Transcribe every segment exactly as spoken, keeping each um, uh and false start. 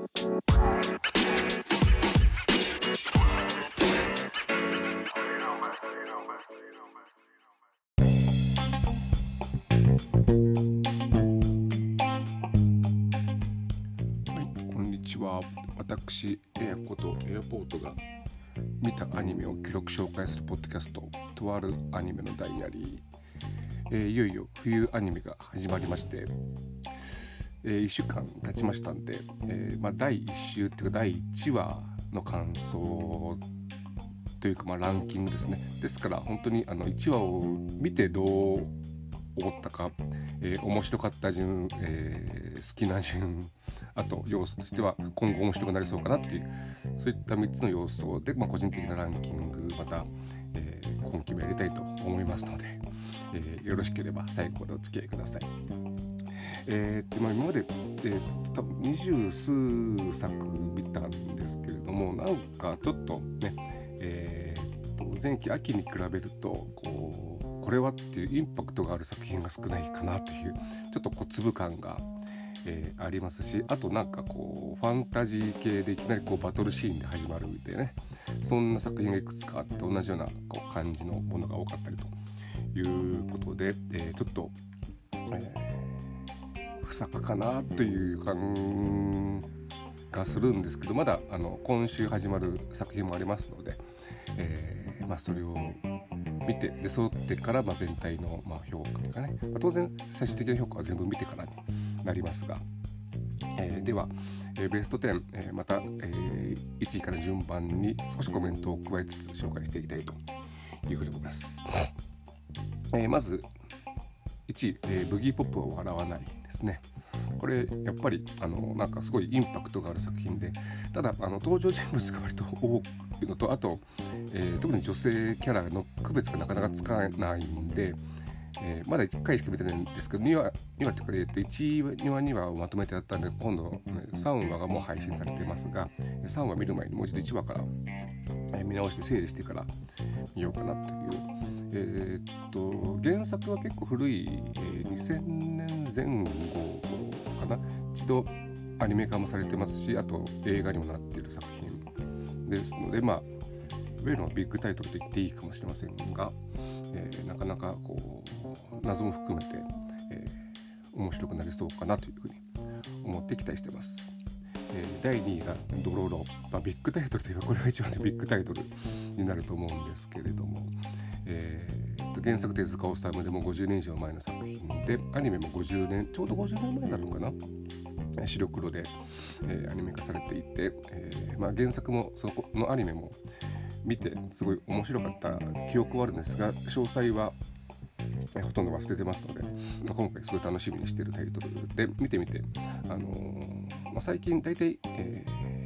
私、エアことエアポートが見たアニメを記録紹介するポッドキャスト、とあるアニメのダイアリー、えー、いよいよ冬アニメが始まりまして、えー、いっしゅうかん経ちましたんで、えーまあ、だいいっ週っていうかだいいちわの感想というか、まあ、ランキングですね。ですから本当にあのいちわを見てどう思ったか、えー、面白かった順、えー、好きな順、あと要素としては今後面白くなりそうかなっていう、そういったみっつの要素で、まあ、個人的なランキングまた、えー、今期もやりたいと思いますので、えー、よろしければ最後までお付き合いください。えー、今まで、えー、多分二十数作見たんですけれども、なんかちょっとね、えー、と前期秋に比べるとこうこれはっていうインパクトがある作品が少ないかなというちょっと小粒感が、えー、ありますし、あとなんかこうファンタジー系でいきなりこうバトルシーンで始まるみたいなね、そんな作品がいくつかあって同じようなこう感じのものが多かったりということで、えー、ちょっと、えー、不作かなという感がするんですけど、まだあの今週始まる作品もありますので、えーまあ、それを見てで揃ってから、まあ、全体のまあ評価というかね、まあ、当然最終的な評価は全部見てからになりますが、えー、では、えー、ベストじゅう、えー、また、えー、いちいから順番に少しコメントを加えつつ紹介していきたいというふうに思います。えー、まずいちい、えー、ブギーポップは笑わないですね。これやっぱりあのなんかすごいインパクトがある作品で、ただあの登場人物が割と多いのと、あと、えー、特に女性キャラの区別がなかなかつかないんで、えー、まだいっかいしか見てないんですけど、にわ、にわっていうか、えー、といちわ、にわにわをまとめてやったんで、今度、ね、さんわがもう配信されていますが、さんわ見る前にもう一度いちわから、えー、見直して整理してから見ようかなという。えー、っと原作は結構古い、えー、にせんねんぜん後かな、一度アニメ化もされてますし、あと映画にもなっている作品ですので、まあいわゆるビッグタイトルと言っていいかもしれませんが、えー、なかなかこう謎も含めて、えー、面白くなりそうかなというふうに思って期待しています。えー、だいにいがドロロ、まあ、ビッグタイトルというかこれが一番ビッグタイトルになると思うんですけれども、えー、と原作手塚治虫でもごじゅうねん以上前の作品で、アニメもごじゅうねんちょうどごじゅうねんまえになるのかな、白黒で、えー、アニメ化されていて、えーまあ、原作もそののアニメも見てすごい面白かった記憶はあるんですが、詳細はほとんど忘れてますので、まあ、今回すごい楽しみにしているタイトルで見てみて、あのーまあ、最近大体、え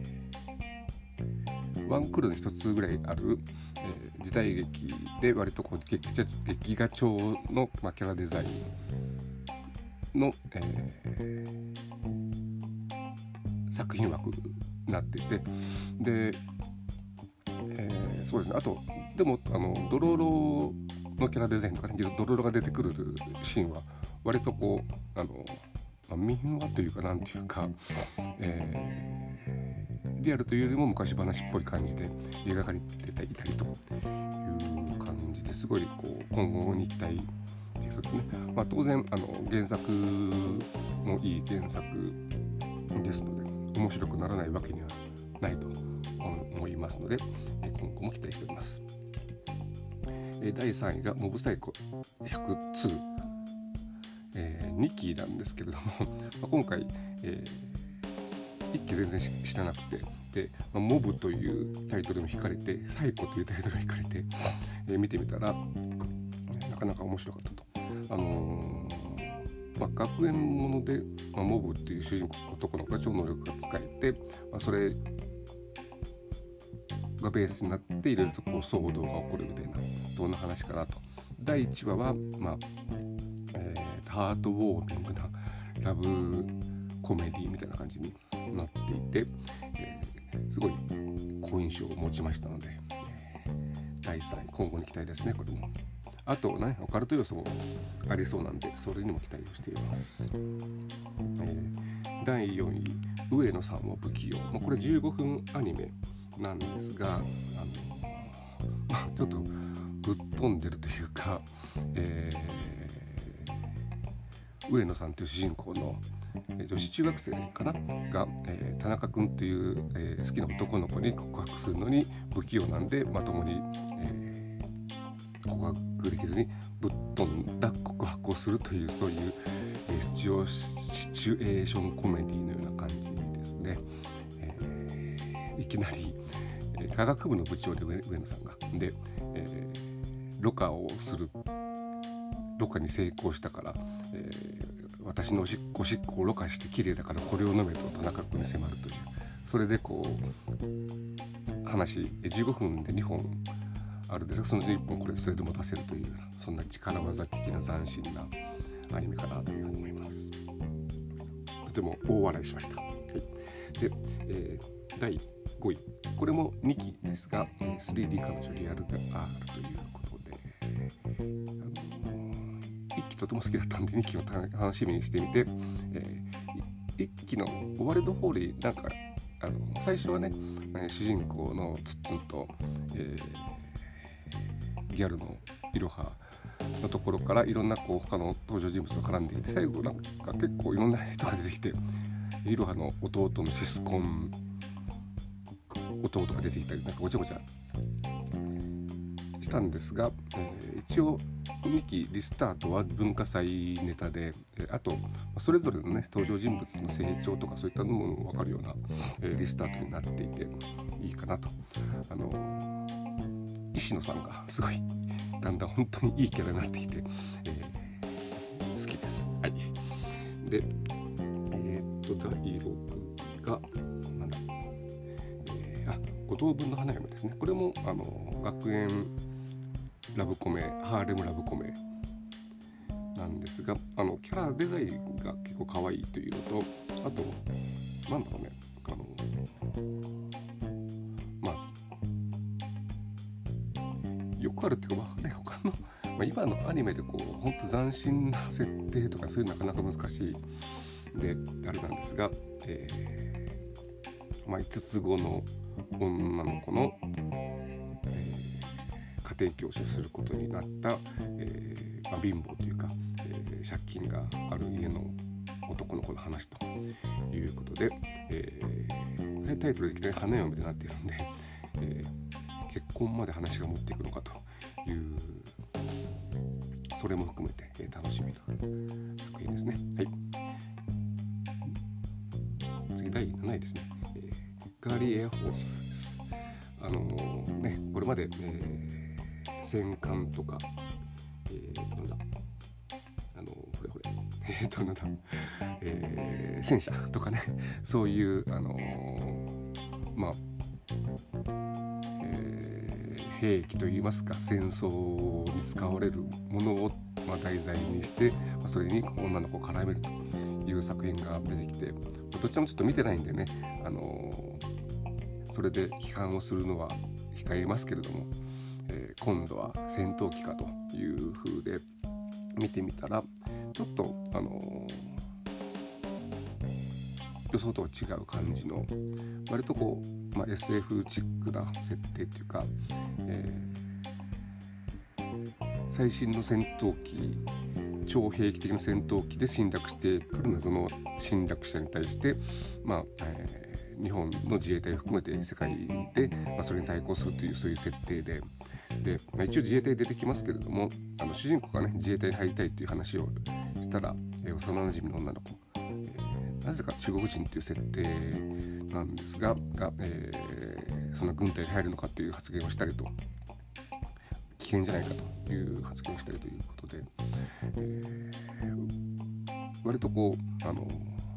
ー、ワンクールの一つぐらいある、えー、時代劇で割とこう 劇, 劇画調の、まあ、キャラデザインの、えー、作品枠になっていて、で、えー、そうですね、あとでもあのドロロのキャラデザインとか、ね、ドロロが出てくるシーンは割とこうあの、まあ、民話というかなんていうか、えー、リアルというよりも昔話っぽい感じで描かれていたりという感じですごいこう今後に期待できそうですね。まあ、当然あの原作もいい原作ですので面白くならないわけにはないと思いますので、今後も期待しております。だいさんいがモブサイコひゃくに、えー、にきなんですけれども今回、えー、いっき全然知らなくて、で、まあ、モブというタイトルも引かれて、サイコというタイトルも引かれて、えー、見てみたらなかなか面白かったと。あのーまあ、学園もので、まあ、モブっていう主人公の男の子が超能力が使えて、まあ、それがベースになっていろいろとこう騒動が起こるみたいな、そんな話かなと。だいいちわは、まあえー、ハートウォーミングなラブコメディみたいな感じになっていて、えー、すごい好印象を持ちましたので、えー、だいさんい今後に期待ですね。これもあとね、オカルト要素もありそうなんで、それにも期待をしています。えー、だいよんい上野さんは不器用、まあ、これじゅうごふんアニメなんですが、あの、まあ、ちょっとぶっ飛んでるというか、えー、上野さんという主人公の女子中学生かなが、えー、田中君という、えー、好きな男の子に告白するのに不器用なんで、まともに、えー、告白できずにぶっ飛んだ告白をするという、そういう、えー、シチュシチュエーションコメディのような感じですね。えー、いきなり、えー、科学部の部長で 上, 上野さんがで、えー、ろ過をするろ過に成功したから、えー、私のおしっこおしっこをろ過してきれいだからこれを飲めと田中君に迫るという、それでこう話じゅうごふんでにほんあるんですが、そのうちいっぽんこれそれで持たせるというような、そんな力技的な斬新なアニメかなというふうに思います。とても大笑いしました。はい、で、えー、だいごい、これもにきですが、えー、スリーディー 彼女リアルが R ということで、あのいっきとても好きだったんでにきを楽しみにしてみて、えー、いっきの終わりの方でなんかあの最初はね、主人公のツッツンと、えー、ギャルのイロハのところからいろんなこう他の登場人物が絡んでいて、最後なんか結構いろんな人が出てきて、イロハの弟のシスコン弟が出てきたりなんかごちゃごちゃしたんですが、えー、一応にきリスタートは文化祭ネタで、えー、あとそれぞれのね登場人物の成長とかそういったのも分かるような、えー、リスタートになっていていいかなと。あのー、石野さんがすごいだんだん本当にいいキャラになってきて、えー、好きです。はい。で、えー、っとだいろくがなんだ、えー、あ五等分の花嫁ですね。これもあの学園ラブコメ、ハーレムラブコメなんですが、あのキャラデザインが結構可愛いというのと、あとなんだろうね、あのまあよくあるっていうか、まあね、他の、まあ、今のアニメでこう本当斬新な設定とかそういうなかなか難しいであれなんですが、えーまあ、いつつごの女の子の、家庭教師をすることになった、えーまあ、貧乏というか、えー、借金がある家の男の子の話ということで、えー、タイトルでいきなり花嫁でなっているので、えー、結婚まで話が持っていくのかという、それも含めて、えー、楽しみな作品ですね。はい。次だいなないですね。えー、ガーリーエアフォースです。あのー、ね、これまで、えー戦艦とか、えー、なんだあのほれほれえー、となんだ、えー、戦車とかね、そういうあのー、まあ、えー、兵器といいますか戦争に使われるものを、まあ、題材にして、まあ、それに女の子を絡めるという作品が出てきて、どちらもちょっと見てないんでね、あのー、それで批判をするのは控えますけれども、えー、今度は戦闘機かという風で見てみたら、ちょっとあのー、予想とは違う感じの割とこう、まあ、エスエフ チックな設定っていうか、えー、最新の戦闘機、超兵器的な戦闘機で侵略してくる謎の侵略者に対して、まあえー、日本の自衛隊を含めて世界で、まあ、それに対抗するというそういう設定で、で、まあ、一応自衛隊出てきますけれども、あの主人公がね自衛隊に入りたいという話をしたら、えー、幼なじみの女の子、えー、なぜか中国人という設定なんですが、がえー、そんな軍隊に入るのかという発言をしたりと、危険じゃないかという発言をしたりということで、えー、割とこうあの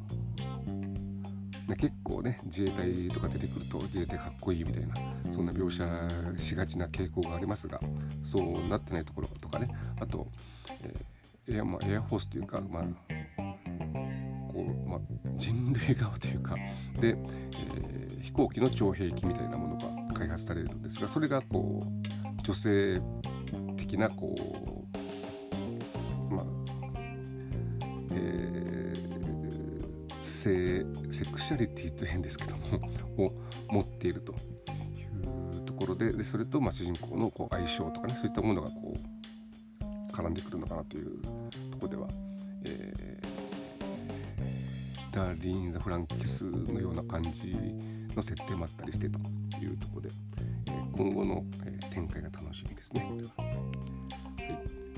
ね、結構ね自衛隊とか出てくると自衛隊かっこいいみたいな、そんな描写しがちな傾向がありますが、そうなってないところとかね、あと、えーエアまあ、エアフォースというか、まあこうまあ、人類側というかで、えー、飛行機の超兵器みたいなものが開発されるんですが、それがこう女性的なこう、まあえー、 性セクシャリティと変ですけどもを持っているというところ で, でそれとまあ主人公のこう相性とかね、そういったものがこう絡んでくるのかなというところでは、えー、ダーリン・ザ・フランキスのような感じの設定もあったりしてというところで、えー、今後の、えー、展開が楽しみですね。はい、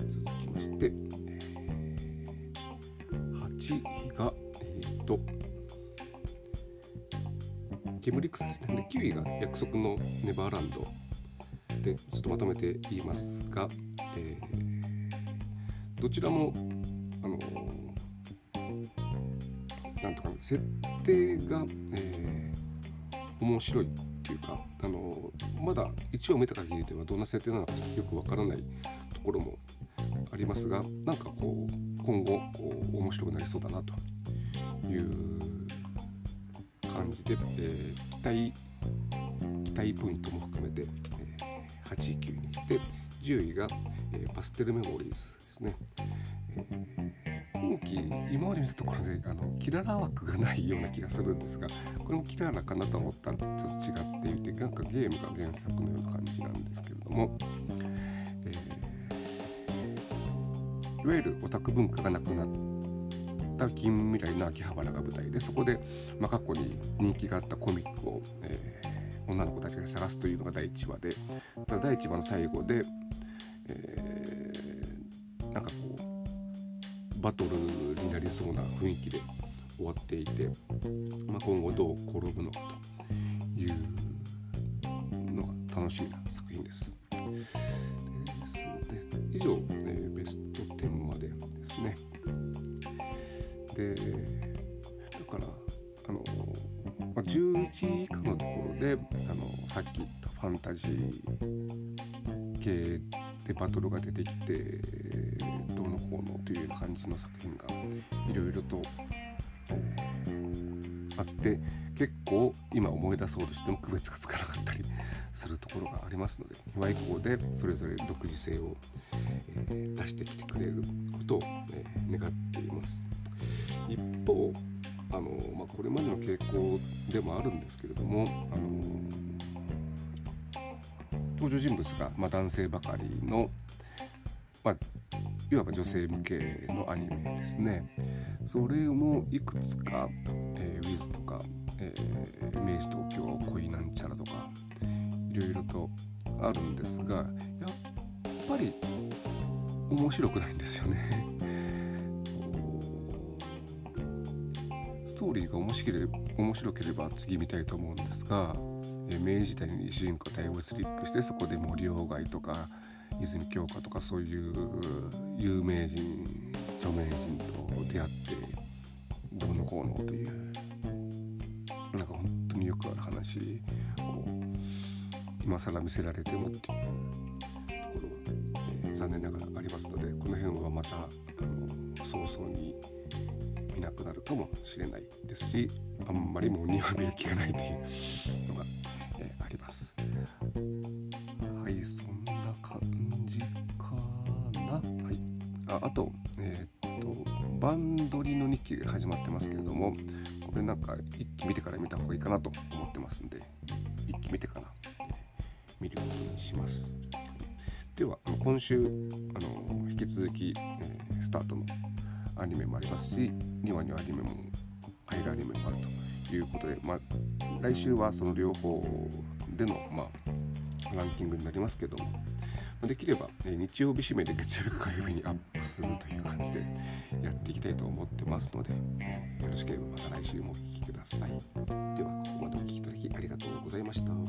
続きまして、えー、はちいが、えー、とケムリックスですね。できゅういが約束のネバーランドで、ちょっとまとめて言いますが、えー、どちらもあのなんとか設定が、えー、面白いっていうか、あのまだいちわを見た限りではどんな設定なのかよくわからないところもありますが、なんかこう今後こう面白くなりそうだなという感じで、えー、期待期待ポイントも含めて、えー、はちい、きゅういにしてじゅういが、えー、パステルメモリーズですね。えー、今期今まで見たところであのキララ枠がないような気がするんですが、これもキララかなと思ったらちょっと違っていて、なんかゲームが原作のような感じなんですけれども、えー、いわゆるオタク文化がなくなった近未来の秋葉原が舞台で、そこで、まあ、過去に人気があったコミックを、えー、女の子たちが探すというのがだいいちわで、ただだいいちわの最後で、えー、なんかこうバトルになりそうな雰囲気で終わっていて、まあ、今後どう転ぶのかというのが楽しみな作品です。ですので以上、えー、ベストじゅうまでですね。でだからあの、まあ、じゅういちい以下のところであのさっき言ったファンタジー系でバトルが出てきてどうのこうのというような感じの作品がいろいろと、えー、あって、結構今思い出そうとしても区別がつかなかったりするところがありますので、にわ以降でそれぞれ独自性を、えー、出してきてくれることを、えー、願っています。一方あの、まあ、これまでの傾向でもあるんですけれども、あの登場人物が、まあ、男性ばかりの、まあ、いわば女性向けのアニメですね。それもいくつか、えー、ウィズとか、えー、明治東京恋なんちゃらとかいろいろとあるんですが、やっぱり面白くないんですよね。ストーリーが面白ければ、面白ければ次見たいと思うんですが、えー、明治時代に主人公タイムスリップして、そこで森鴎外とか泉鏡花とかそういう有名人著名人と出会ってどうのこうのという、なんか本当によくある話を今更見せられてもっていうところは、えー、残念ながらありますので、この辺はまたあの早々に見なくなるかもしれないですし、あんまりもうにわ見る気がないというのが、えー、あります。はい、そんな感じかな。はい、あ, あと,、えー、っとバンドリの日記が始まってますけれども、これなんか一期見てから見た方がいいかなと思ってますんで、一期見てから、えー、見ることにします。では今週あの引き続き、えー、スタートのアニメもありますし、にわにはアニメも海外アニメもあるということで、まあ、来週はその両方での、まあ、ランキングになりますけども、できれば、えー、日曜日締めで月曜日火曜日にアップするという感じでやっていきたいと思ってますので、えー、よろしければまた来週もお聞きください。ではここまでお聞きいただきありがとうございました。